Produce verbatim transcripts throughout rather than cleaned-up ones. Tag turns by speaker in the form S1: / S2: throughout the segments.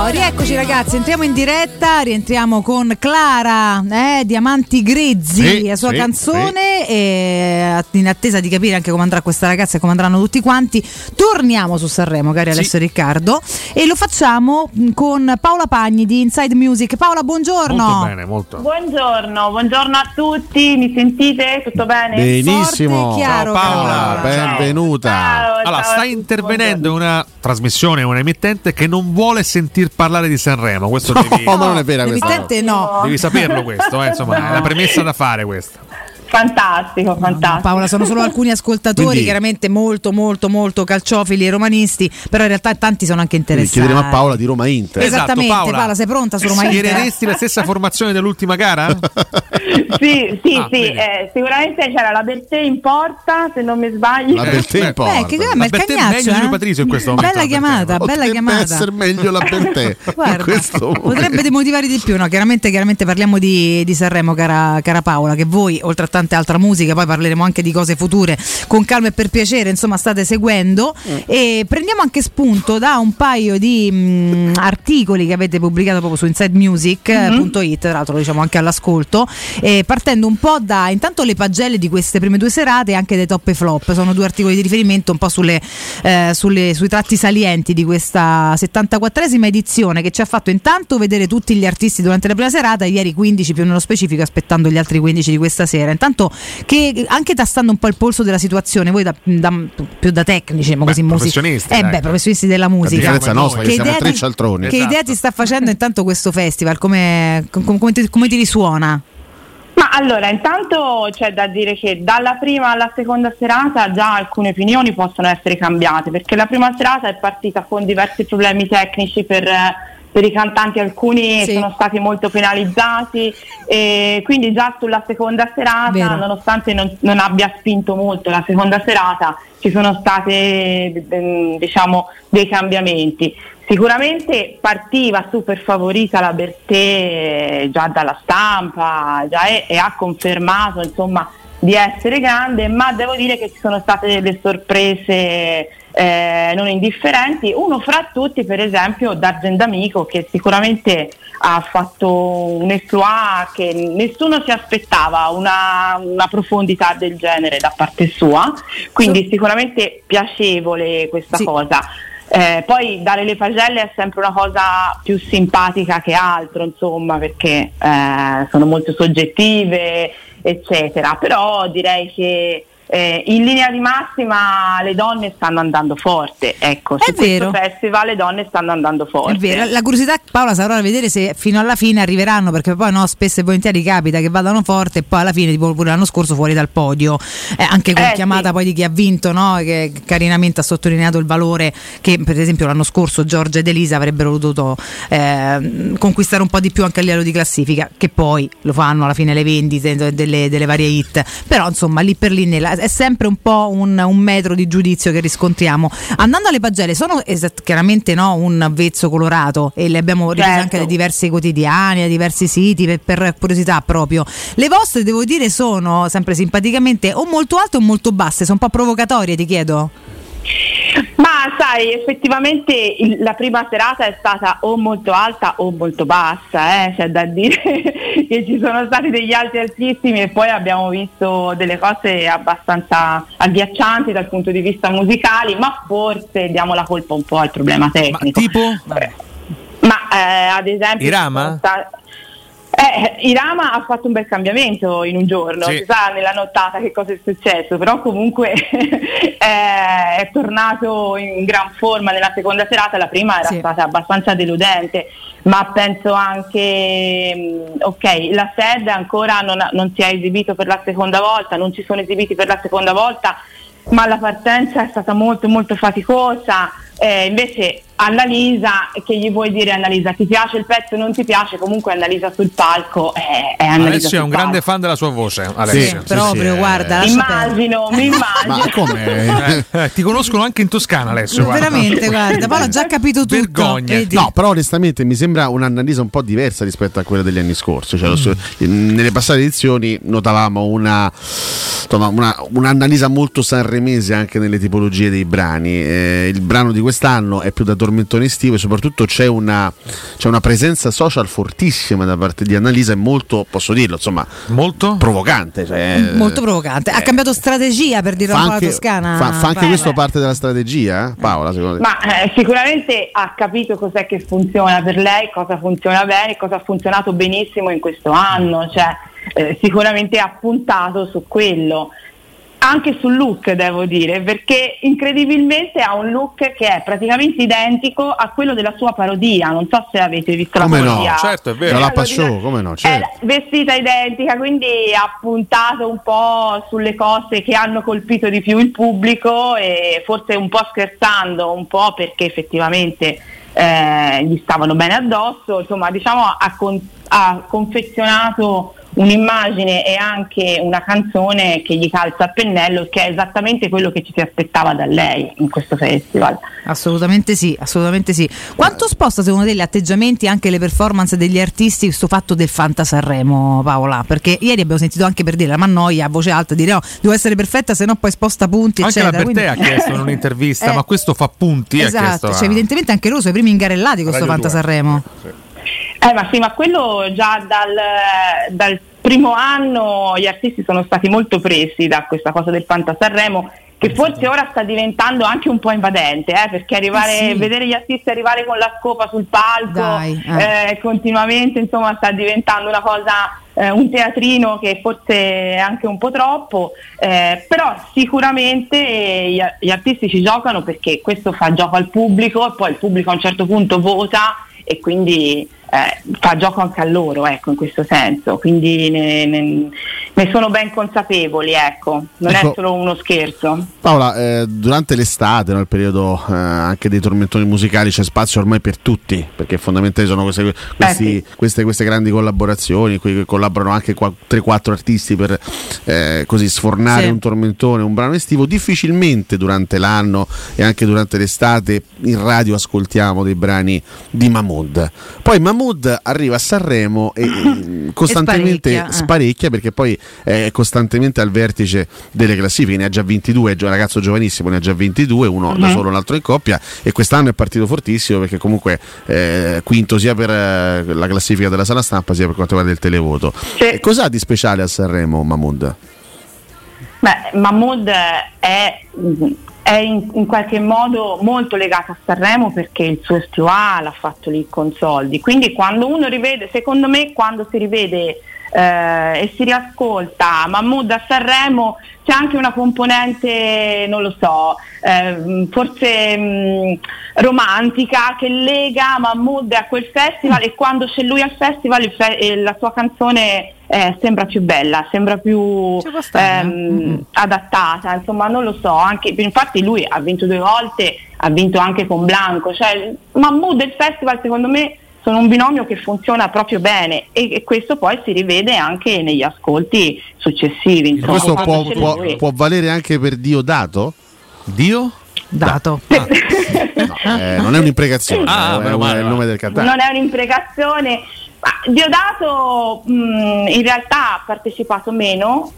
S1: rieccoci ragazzi, entriamo in diretta, rientriamo con Clara, eh, Diamanti Grezzi,
S2: sì,
S1: la sua
S2: sì,
S1: canzone, sì. E in attesa di capire anche come andrà questa ragazza e come andranno tutti quanti, torniamo su Sanremo, cari Alessio e Riccardo, e lo facciamo con Paola Pagni di Inside Music. Paola, buongiorno.
S3: Molto bene, molto.
S4: Buongiorno, buongiorno a tutti, mi sentite? Tutto bene?
S2: Benissimo.
S1: Forte e chiaro,
S3: ciao Paola,
S1: Paola.
S2: benvenuta.
S4: Ciao,
S3: Allora,
S4: ciao
S3: stai
S4: tutti,
S3: intervenendo in
S4: buongiorno.
S3: una trasmissione, una emittente che non vuole sentir parlare di Sanremo. Questo devi,
S2: No, ma non è vera questa cosa.
S1: L'emittente no.
S3: devi saperlo questo, eh, insomma, è la premessa da fare questa.
S4: Fantastico, fantastico.
S1: Paola, sono solo alcuni ascoltatori,
S2: Quindi-
S1: chiaramente molto molto molto calciofili e romanisti, però in realtà tanti sono anche
S2: Quindi
S1: interessati.
S2: chiederemo a Paola di Roma Inter.
S3: Esatto,
S1: Esattamente,
S3: Paola.
S1: Paola, sei pronta su Roma Inter?
S3: Schiereresti la stessa formazione dell'ultima gara?
S4: Sì, sì,
S3: Ah,
S4: sì,
S3: vedi.
S4: eh, sicuramente c'era la Bertè in porta, se non mi sbaglio.
S2: La Bertè
S3: Eh,
S2: in porta.
S1: Beh, che ma il
S3: Bertè è
S1: cagnaccio,
S3: meglio di
S1: eh?
S3: Rui Patricio in questo momento,
S1: Bella
S3: la Bertè,
S1: chiamata,
S3: guarda.
S1: bella
S2: Potrebbe
S1: chiamata.
S2: essere meglio la Bertè.
S1: Guarda,
S2: in questo
S1: potrebbe
S2: momento.
S1: demotivare di più, no? Chiaramente, chiaramente parliamo di, di Sanremo, cara, cara Paola, che voi, oltre a tante altre musiche, poi parleremo anche di cose future con calma e per piacere, insomma, state seguendo.
S2: Mm.
S1: E prendiamo anche spunto da un paio di mh, articoli che avete pubblicato proprio su inside music punto it, tra l'altro lo diciamo anche all'ascolto, e partendo un po' da intanto le pagelle di queste prime due serate e anche dei top e flop. Sono due articoli di riferimento un po' sulle, eh, sulle, sui tratti salienti di questa settantaquattresima edizione, che ci ha fatto intanto vedere tutti gli artisti durante la prima serata, ieri quindici più nello specifico, aspettando gli altri quindici di questa sera. Intanto che anche tastando un po' il polso della situazione, voi da, da, più da tecnici, diciamo
S3: Beh,
S1: così, music-
S3: professionisti,
S1: eh
S3: dai.
S1: beh, professionisti della
S2: La
S1: musica.
S2: differenza
S3: Diciamo
S2: nostra,
S3: noi.
S2: che siamo
S1: idea
S2: tre
S1: ti-
S2: cialtroni.
S1: che
S3: Esatto.
S1: idea ti sta facendo intanto questo festival? Come, com- come, ti, come ti risuona?
S4: Ma allora, intanto c'è da dire che dalla prima alla seconda serata già alcune opinioni possono essere cambiate, perché la prima serata è partita con diversi problemi tecnici per, per i cantanti, alcuni
S1: Sì.
S4: sono stati molto penalizzati, e quindi già sulla seconda serata,
S1: Vero.
S4: nonostante non, non abbia spinto molto la seconda serata, ci sono state ehm, diciamo dei cambiamenti. Sicuramente partiva super favorita la Bertè già dalla stampa, già è, e ha confermato insomma di essere grande, ma devo dire che ci sono state delle sorprese eh, non indifferenti. Uno fra tutti, per esempio, D'Argent D'Amico, che sicuramente ha fatto un exploit che nessuno si aspettava, una, una profondità del genere da parte sua, quindi sicuramente piacevole questa
S1: Sì.
S4: cosa. Eh, poi dare le pagelle è sempre una cosa più simpatica che altro, insomma, perché eh, sono molto soggettive, eccetera, però direi che eh, in linea di massima le donne stanno andando forte, ecco,
S1: È
S4: su
S1: vero.
S4: questo festival le donne stanno andando forte.
S1: È vero, la curiosità, Paola, sarà da vedere se fino alla fine arriveranno, perché poi no, spesso e volentieri capita che vadano forte e poi alla fine, tipo pure l'anno scorso, fuori dal podio, eh, anche con
S4: Eh,
S1: chiamata
S4: sì.
S1: poi di chi ha vinto, no? Che carinamente ha sottolineato il valore che per esempio l'anno scorso Giorgia ed Elisa avrebbero potuto eh, conquistare un po' di più anche a livello di classifica, che poi lo fanno alla fine le vendite delle, delle varie hit, però insomma lì per lì nella, è sempre un po' un, un metro di giudizio che riscontriamo. Andando alle pagelle, sono esat- chiaramente no, un vezzo colorato, e le abbiamo riprese
S4: Certo.
S1: anche da diversi quotidiani, da diversi siti, per, per curiosità proprio. Le vostre, devo dire, sono sempre simpaticamente o molto alte o molto basse, sono un po' provocatorie, ti chiedo.
S4: Ma sai, effettivamente il- la prima serata è stata o molto alta o molto bassa, eh? C'è da dire che ci sono stati degli alti altissimi e poi abbiamo visto delle cose abbastanza agghiaccianti dal punto di vista musicali, ma forse diamo la colpa un po' al problema
S3: Ma
S4: tecnico.
S3: tipo?
S4: Ma eh, ad esempio
S3: Irama?
S4: sono sta- Eh, Irama ha fatto un bel cambiamento in un giorno,
S3: Sì.
S4: si sa nella nottata che cosa è successo, però comunque eh, è tornato in gran forma nella seconda serata, la prima era
S1: Sì.
S4: stata abbastanza deludente, ma penso anche, mh, ok, la S E D ancora non, ha- non si è esibito per la seconda volta, non ci sono esibiti per la seconda volta, ma la partenza è stata molto molto faticosa. Eh, invece Annalisa, che gli vuoi dire Annalisa? Ti piace il pezzo, non ti piace, comunque Annalisa sul palco è, è Annalisa
S3: Alessio è
S4: sul
S3: un
S4: palco.
S3: grande fan della sua voce,
S1: Sì,
S3: Alessio.
S1: proprio,
S2: sì,
S1: guarda,
S2: eh.
S1: lascia perdere.
S4: Immagino, mi immagino.
S2: Ma come?
S3: Eh, eh, ti conoscono anche in Toscana, Alessio. guarda.
S1: Veramente, guarda, Paola ha già capito tutto.
S3: Vergognati.
S1: Vedi?
S2: No, però onestamente mi sembra un'analisi un po' diversa rispetto a quella degli anni scorsi. Cioè, lo so- nelle passate edizioni notavamo una, insomma, una, un'analisi molto sanremese anche nelle tipologie dei brani. Eh, il brano di quest'anno è più da tormentone estivo, e soprattutto c'è una, c'è una presenza social fortissima da parte di Annalisa, e molto, posso dirlo, insomma,
S3: molto
S2: provocante. Cioè,
S1: molto provocante. Ha
S2: eh,
S1: cambiato strategia, per dirlo un po' alla toscana.
S2: Fa, fa anche
S1: Beh,
S2: questo
S1: beh.
S2: parte della strategia, eh? Paola, secondo te?
S4: Ma eh, sicuramente ha capito cos'è che funziona per lei, cosa funziona bene, cosa ha funzionato benissimo in questo anno, cioè eh, sicuramente ha puntato su quello. Anche sul look, devo dire, perché incredibilmente ha un look che è praticamente identico a quello della sua parodia. Non so se avete visto
S2: Come
S4: la
S2: no?
S4: parodia.
S3: Certo, è vero.
S2: La Lappa Show, come no? Certo.
S4: È vestita identica, quindi ha puntato un po' sulle cose che hanno colpito di più il pubblico, e forse un po' scherzando, un po' perché effettivamente eh, gli stavano bene addosso. Insomma, diciamo, ha, con- ha confezionato un'immagine e anche una canzone che gli calza a pennello, che è esattamente quello che ci si aspettava da lei in questo festival.
S1: Assolutamente sì, assolutamente sì. Quanto sposta secondo te gli atteggiamenti, anche le performance degli artisti, questo fatto del Fanta Sanremo, Paola? Perché ieri abbiamo sentito anche, per dire, la Mannoia a voce alta dire no, devo essere perfetta, se no poi sposta punti,
S3: anche
S1: eccetera.
S3: la Bertè
S1: Quindi...
S3: ha chiesto in un'intervista
S1: Eh,
S3: ma questo fa punti, ha
S1: esatto,
S3: chiesto,
S1: cioè, evidentemente anche loro sono i primi ingarellati con questo
S3: Radio
S1: Fanta
S3: due.
S1: Sanremo.
S4: Eh, ma sì, ma quello già dal, dal primo anno gli artisti sono stati molto presi da questa cosa del Fanta Sanremo, che forse ora sta diventando anche un po' invadente, eh, perché arrivare,
S1: Eh sì.
S4: vedere gli artisti arrivare con la scopa sul palco
S1: Dai, eh.
S4: eh, continuamente, insomma, sta diventando una cosa, eh, un teatrino che forse è anche un po' troppo, eh, però sicuramente gli, gli artisti ci giocano, perché questo fa gioco al pubblico, e poi il pubblico a un certo punto vota, e quindi eh, fa gioco anche a loro, ecco, in questo senso, quindi ne, ne, ne sono ben consapevoli, ecco, non
S2: Ecco,
S4: è solo uno scherzo.
S2: Paola, eh, durante l'estate, no, il periodo eh, anche dei tormentoni musicali, c'è spazio ormai per tutti, perché fondamentalmente sono queste, questi,
S4: Eh sì.
S2: queste, queste grandi collaborazioni, qui collaborano anche tre quattro artisti per eh, così sfornare
S1: Sì.
S2: un tormentone, un brano estivo. Difficilmente durante l'anno e anche durante l'estate in radio ascoltiamo dei brani di Mahmood. Poi Mahmood arriva a Sanremo e eh, costantemente
S1: E sparecchia, eh.
S2: sparecchia, perché poi è costantemente al vertice delle classifiche, ne ha già ventidue, è un ragazzo giovanissimo, ne ha già ventidue, uno da
S4: Mhm.
S2: solo, l'altro in coppia, e quest'anno è partito fortissimo, perché comunque eh, quinto sia per eh, la classifica della sala stampa sia per quanto riguarda il televoto.
S4: Sì.
S2: E cos'ha di speciale a Sanremo Mahmood?
S4: Beh, Mahmood è, è in, in qualche modo molto legato a Sanremo, perché il suo estival l'ha fatto lì con soldi, quindi quando uno rivede, secondo me quando si rivede eh, e si riascolta Mahmood a Sanremo, c'è anche una componente, non lo so, eh, forse mh, romantica, che lega Mahmood a quel festival, e quando c'è lui al festival il fe- eh, la sua canzone eh, sembra più bella, sembra più
S1: Ci può stare.
S4: ehm,
S1: Mm-hmm.
S4: adattata, insomma, non lo so, anche, infatti lui ha vinto due volte, ha vinto anche con Blanco, cioè Mahmood e il festival secondo me sono un binomio che funziona proprio bene, e, e questo poi si rivede anche negli ascolti successivi, insomma,
S2: Questo
S4: quando
S2: può,
S4: c'è
S2: può-
S4: lui.
S2: può valere anche per Diodato?
S3: Dio?
S1: Dato.
S2: No, eh, non è un'imprecazione,
S3: Ah,
S2: è,
S3: meno
S2: è
S3: male,
S2: il
S3: va.
S2: nome del cantante.
S4: Non è un'imprecazione. Ma Diodato mh, in realtà ha partecipato meno,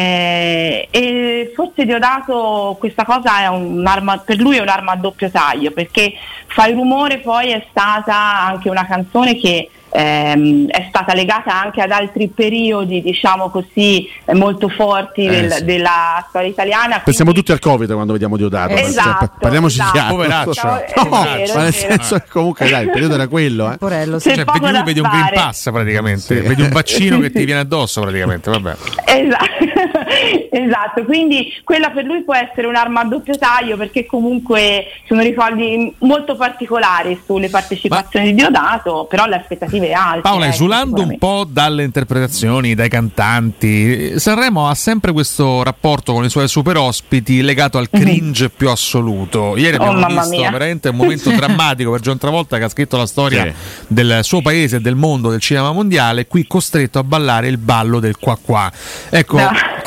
S4: eh, e forse Diodato questa cosa è un'arma, per lui è un'arma a doppio taglio, perché Fai rumore poi è stata anche una canzone che ehm, è stata legata anche ad altri periodi, diciamo così, eh, molto forti
S2: Eh,
S4: del-
S2: sì.
S4: della storia italiana.
S2: Pensiamo
S4: quindi-
S2: tutti al Covid quando vediamo Diodato.
S4: Esatto,
S2: Cioè, parliamoci
S4: esatto.
S2: chiaro.
S3: Poveraccio.
S2: No,
S4: È vero,
S2: ma
S4: è
S2: nel
S4: vero.
S2: senso che comunque dai, il periodo era quello, eh.
S1: Porello, sì.
S4: C'è
S3: Cioè,
S4: poco
S3: vedi, lui
S4: da
S3: vedi un Green
S4: fare.
S3: Pass praticamente,
S2: Sì.
S3: vedi un vaccino
S4: Sì,
S3: che ti
S4: sì.
S3: viene addosso praticamente, vabbè.
S4: Esatto. Esatto, quindi quella per lui può essere un'arma a doppio taglio, perché comunque sono ricordi molto particolari sulle partecipazioni di Diodato, però le aspettative alte.
S3: Paola,
S4: ecco,
S3: esulando un
S4: sicuramente.
S3: po' dalle interpretazioni, dai cantanti, Sanremo ha sempre questo rapporto con i suoi super ospiti legato al cringe più assoluto. Ieri
S4: Oh,
S3: abbiamo
S4: mamma
S3: visto
S4: mia.
S3: veramente un momento drammatico per John Travolta, che ha scritto la storia
S2: Sì.
S3: del suo paese e del mondo del cinema mondiale, qui costretto a ballare il ballo del qua qua. Ecco,
S4: No.
S3: che problemi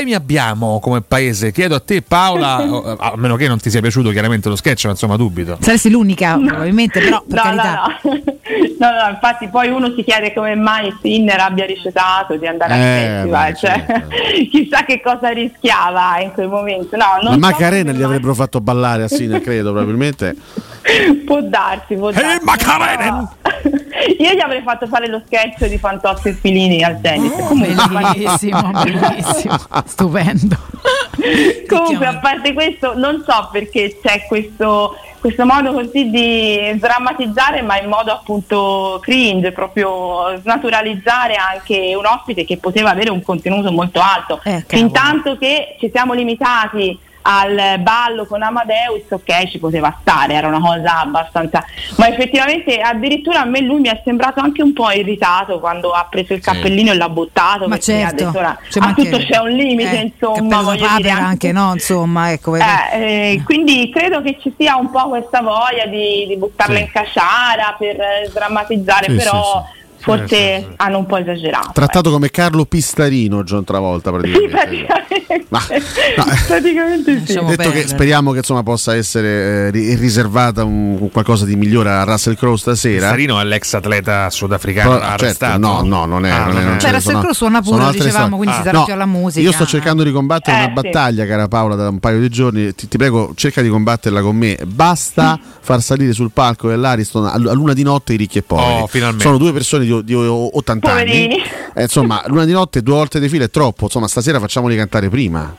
S3: problemi abbiamo come paese? Chiedo a te, Paola, o, a meno che non ti sia piaciuto chiaramente lo sketch, ma insomma dubito.
S1: Saresti l'unica, no. probabilmente, però per
S4: no,
S1: carità.
S4: No, no. no, no, infatti poi uno si chiede come mai Sinner abbia rifiutato di andare
S2: Eh,
S4: al festival,
S2: beh,
S4: cioè,
S2: certo.
S4: chissà che cosa rischiava in quel momento. No, non
S2: La
S4: so
S2: Macarena
S4: come
S2: gli
S4: mai-
S2: avrebbero fatto ballare a Sinner, credo, probabilmente.
S4: Può darsi, può
S3: Hey,
S4: darsi.
S3: Macarena!
S4: No. Io gli avrei fatto fare lo sketch di Fantozzi e Filini al tennis.
S1: Bellissimo, bellissimo, stupendo.
S4: Comunque, a parte questo, non so perché c'è questo, questo modo così di drammatizzare, ma in modo appunto cringe, proprio snaturalizzare anche un ospite che poteva avere un contenuto molto alto.
S1: Eh,
S4: Fintanto che ci siamo limitati al ballo con Amadeus, ok, ci poteva stare, era una cosa abbastanza, ma effettivamente addirittura a me lui mi è sembrato anche un po' irritato quando ha preso il cappellino e l'ha buttato,
S1: Ma
S4: perché
S1: certo,
S4: ha detto ora,
S1: cioè,
S4: a
S1: ma
S4: tutto
S1: che-
S4: c'è un limite,
S1: eh,
S4: insomma,
S1: cappello da
S4: voglio dire,
S1: papera
S4: anche-
S1: anche, no? Insomma, ecco.
S4: eh, eh, quindi credo che ci sia un po' questa voglia di, di buttarla
S2: Sì.
S4: in casciara per eh, drammatizzare,
S2: Sì,
S4: però
S2: sì,
S4: forse
S3: Sì, sì, sì.
S4: hanno un po' esagerato.
S2: Trattato come Carlo Pistarino John Travolta,
S4: Sì,
S2: praticamente.
S4: praticamente,
S2: Ma- no.
S4: praticamente sì.
S1: Lasciamo
S2: Detto che
S1: perdere.
S2: speriamo che insomma possa essere eh, ri- riservata un, un qualcosa di migliore a Russell Crowe stasera.
S3: Sarino è l'ex atleta sudafricano
S2: Però,
S3: arrestato.
S2: certo, no, no, non è.
S3: Ah,
S2: non è, non
S1: Cioè,
S2: ce ne
S1: Russell
S2: sono-
S1: Crowe suona pure,
S2: sono altre
S1: dicevamo,
S2: storie.
S1: quindi si
S2: Ah,
S1: sarà
S2: no,
S1: più alla musica.
S2: Io sto cercando di combattere
S4: Eh,
S2: una
S4: sì.
S2: battaglia, cara Paola, da un paio di giorni. Ti, ti prego, cerca di combatterla con me. Basta far salire sul palco dell'Ariston a a luna di notte i ricchi e poveri.
S3: Oh, finalmente.
S2: Sono due persone di, di ottanta
S4: Poverini.
S2: anni. Eh, insomma, luna di notte due volte di fila è troppo. Insomma, stasera facciamoli cantare prima.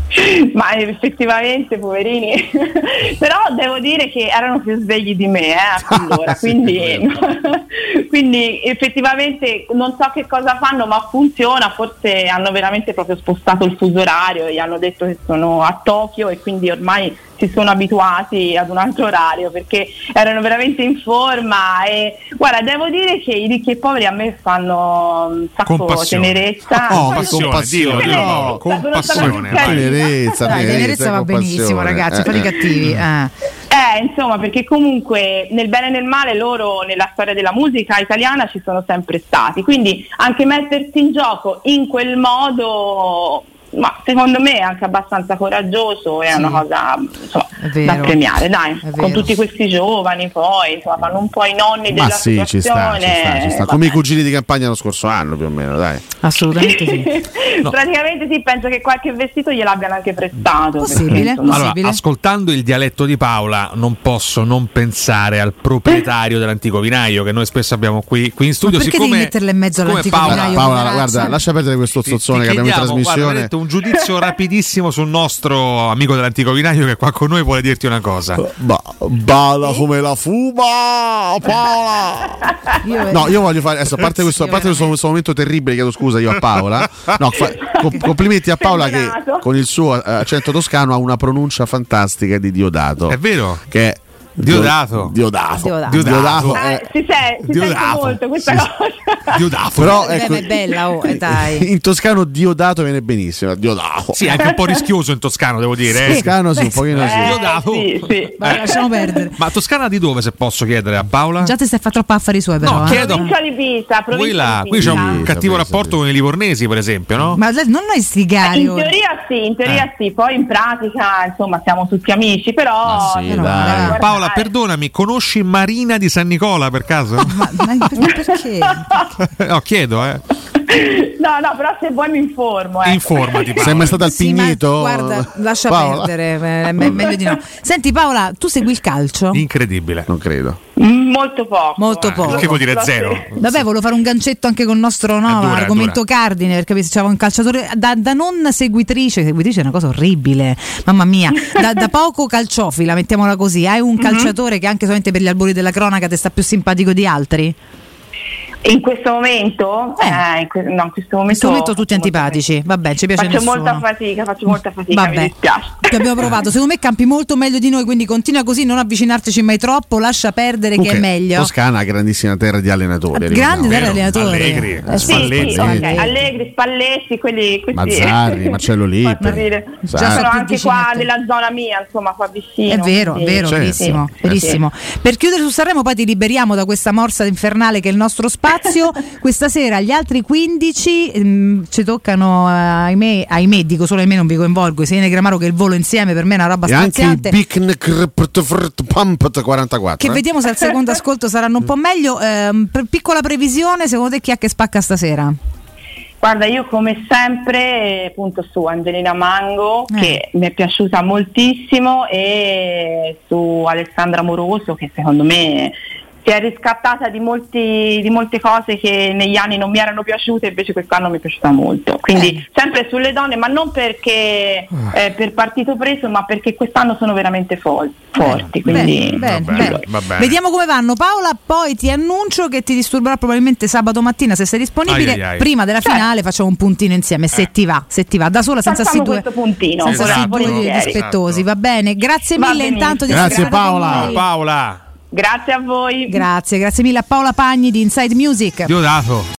S4: Ma effettivamente poverini però devo dire che erano più svegli di me eh, a quell'ora,
S2: Sì,
S4: quindi,
S2: è vero.
S4: quindi effettivamente non so che cosa fanno, ma funziona. Forse hanno veramente proprio spostato il fuso orario e gli hanno detto che sono a Tokyo e quindi ormai si sono abituati ad un altro orario, perché erano veramente in forma. E guarda, devo dire che i ricchi e poveri a me fanno un sacco
S3: Compassione.
S4: tenerezza.
S2: Oh, ma
S3: Compassione,
S2: compassione,
S3: dillo,
S2: no,
S3: dillo. Compassione.
S4: Sono stata
S2: Tenerezza,
S1: Dai, tenerezza va
S2: compassione.
S1: benissimo, ragazzi,
S2: Eh,
S1: fate i
S2: eh.
S1: cattivi. Eh.
S4: Eh, insomma, perché comunque nel bene e nel male loro nella storia della musica italiana ci sono sempre stati, quindi anche mettersi in gioco in quel modo, ma secondo me è anche abbastanza coraggioso, è
S1: Sì.
S4: una cosa insomma,
S1: È vero.
S4: da premiare, dai,
S1: È
S4: con
S1: vero.
S4: tutti questi giovani poi, insomma, fanno un po' i nonni
S2: Ma
S4: della
S2: sì, ci sta,
S4: situazione.
S2: ci sta, ci sta.
S4: vabbè.
S2: Come i cugini di campagna lo scorso anno, più o meno, dai.
S1: Assolutamente sì.
S3: No.
S4: Praticamente sì, penso che qualche vestito gliel'abbiano anche prestato.
S1: Possibile.
S4: perché, insomma,
S3: Allora,
S1: Possibile.
S3: ascoltando il dialetto di Paola, non posso non pensare al proprietario dell'antico vinaio che noi spesso abbiamo qui, qui in studio.
S1: Ma perché
S3: siccome,
S1: devi metterla in mezzo
S3: siccome
S1: all'antico
S3: Paola,
S1: vinaio?
S2: Paola,
S1: poveraccia.
S2: guarda, lascia perdere questo
S3: ti-
S2: zozzone
S3: ti
S2: che abbiamo in
S3: chiediamo, guarda,
S2: trasmissione.
S3: veramente un giudizio rapidissimo sul nostro amico dell'antico vinaio che qua con noi vuole dirti una cosa.
S2: Ba- balla come la fuma, Paola.
S1: Io-
S2: No, io voglio fare adesso, a parte questo, a parte questo, questo momento terribile, chiedo scusa io a Paola. No, fa- com- complimenti a Paola che
S4: Perdonato.
S2: con il suo eh, accento toscano ha una pronuncia fantastica di Diodato.
S3: È vero?
S2: Che è
S3: Diodato.
S2: Diodato.
S1: Diodato.
S2: Diodato
S4: eh,
S2: è-
S4: si, se- si sente
S3: Diodato.
S4: molto questa
S3: Sì.
S4: cosa.
S3: Diodato.
S2: Però
S1: Eh,
S2: ecco,
S1: ma è bella, oh, eh, dai.
S2: in toscano Diodato viene benissimo. Diodato.
S3: Sì, anche un po' rischioso in toscano, devo dire. eh.
S2: Toscano sì, un pochino sì.
S4: Eh,
S3: Diodato.
S4: sì, sì.
S1: Vai, lasciamo perdere.
S3: Ma Toscana di dove, se posso chiedere a Paola?
S1: Già ti stai fatto troppo affari suoi, però.
S3: No,
S1: eh.
S3: chiedo-
S4: Provincia di Pisa,
S3: Qui,
S4: provincia
S3: là,
S4: di
S3: qui c'è
S4: Pisa.
S3: un
S2: Sì,
S3: cattivo
S2: capito,
S3: rapporto
S2: sì.
S3: con i livornesi, per esempio, no?
S1: Ma lei- non noi stigari.
S4: In
S1: ora.
S4: teoria sì, in teoria
S3: Eh.
S4: sì, poi in pratica insomma siamo tutti amici, però
S2: Ma sì,
S4: insomma,
S2: dai.
S4: da guardare.
S3: Paola, perdonami, conosci Marina di San Nicola per caso?
S1: Ma, ma per- perché?
S3: no, chiedo, eh.
S4: No, no, però se vuoi mi informo. Ecco.
S3: Informati, Paola.
S2: Sei mai stata al
S1: Sì, ma
S2: Pigneto?
S1: guarda, lascia
S2: Paola?
S1: perdere, eh, è me- meglio di no. Senti Paola, tu segui il calcio?
S3: Incredibile.
S2: Non credo.
S4: Mm, Molto poco.
S1: Molto
S4: eh.
S1: poco.
S3: Che vuol dire
S4: Lo-
S3: zero?
S1: Vabbè, volevo fare un gancetto anche con il nostro no,
S3: È dura, è
S1: argomento
S3: dura.
S1: cardine, perché capire se c'era un calciatore da, da non seguitrice, seguitrice è una cosa orribile, mamma mia, da, da poco calciofila, mettiamola così. Hai un calciatore che anche solamente per gli albori della cronaca ti sta più simpatico di altri?
S4: In questo momento?
S1: Eh.
S4: Eh, in, que- no, in questo
S1: In
S4: momento,
S1: questo momento tutti
S4: faccio molta
S1: antipatici, vabbè, ci piace
S4: fatica. Faccio
S1: nessuno.
S4: molta fatica, faccio molta fatica, mi
S1: Vabbè,
S4: dispiace.
S1: ti abbiamo provato. Secondo me campi molto meglio di noi, quindi continua così, non avvicinarci mai troppo, lascia perdere che è
S2: Comunque,
S1: meglio.
S2: Toscana, grandissima terra di allenatori.
S1: Grande
S2: ricordiamo.
S1: terra allenatori.
S3: Allegri,
S1: Eh,
S4: Sì,
S3: Spalletti.
S4: sì, ok. Allegri, Spalletti, quelli questi.
S2: Mazzarri, Marcello Lippi.
S4: Posso dire,
S2: Sarri.
S4: sono
S1: Già più
S4: anche
S1: vicini a
S4: qua
S1: te.
S4: nella zona mia, insomma, qua vicino.
S1: È vero, è
S4: quindi-
S1: vero,
S2: Certo.
S1: verissimo,
S2: Sì,
S1: verissimo. Per chiudere su Sanremo poi ti liberiamo da questa morsa infernale che è il nostro spazio. spazio. Questa sera gli altri quindici mh, ci toccano, eh, ahimè, ahimè, dico solo ahimè, non vi coinvolgo, sia Negramaro che il volo insieme, per me è una roba
S2: e anche
S1: straziante.
S2: il Picnic quarantaquattro
S1: Che
S2: eh?
S1: vediamo se al secondo ascolto saranno un po' meglio. Eh, per piccola previsione, secondo te chi è che spacca stasera?
S4: Guarda, io come sempre punto su Angelina Mango,
S1: Eh.
S4: che mi è piaciuta moltissimo, e su Alessandra Moroso, che secondo me si è riscattata di, molti, di molte cose che negli anni non mi erano piaciute, invece quest'anno mi è piaciuta molto. Quindi
S1: Eh.
S4: sempre sulle donne, ma non perché eh, per partito preso, ma perché quest'anno sono veramente fol- forti. Quindi
S1: Bene, bene,
S3: Va bene,
S1: bene.
S3: va bene.
S1: Vediamo come vanno, Paola. Poi ti annuncio che ti disturberà probabilmente sabato mattina, se sei disponibile.
S3: Ai, ai, ai.
S1: Prima della
S4: Certo.
S1: finale facciamo un puntino insieme, se ti va, se ti va, da sola, senza
S4: facciamo
S1: sti due,
S4: questo puntino,
S1: senza sti
S3: esatto,
S1: due
S4: volentieri.
S1: rispettosi,
S3: esatto.
S1: va bene. Grazie
S4: Va
S1: mille intanto di
S2: benissimo.
S1: essere
S2: Grazie,
S1: stata con
S2: Paola.
S1: noi.
S3: Paola,
S4: Grazie a voi.
S1: Grazie, grazie mille a Paola Pagni di Inside Music.
S3: Diodato.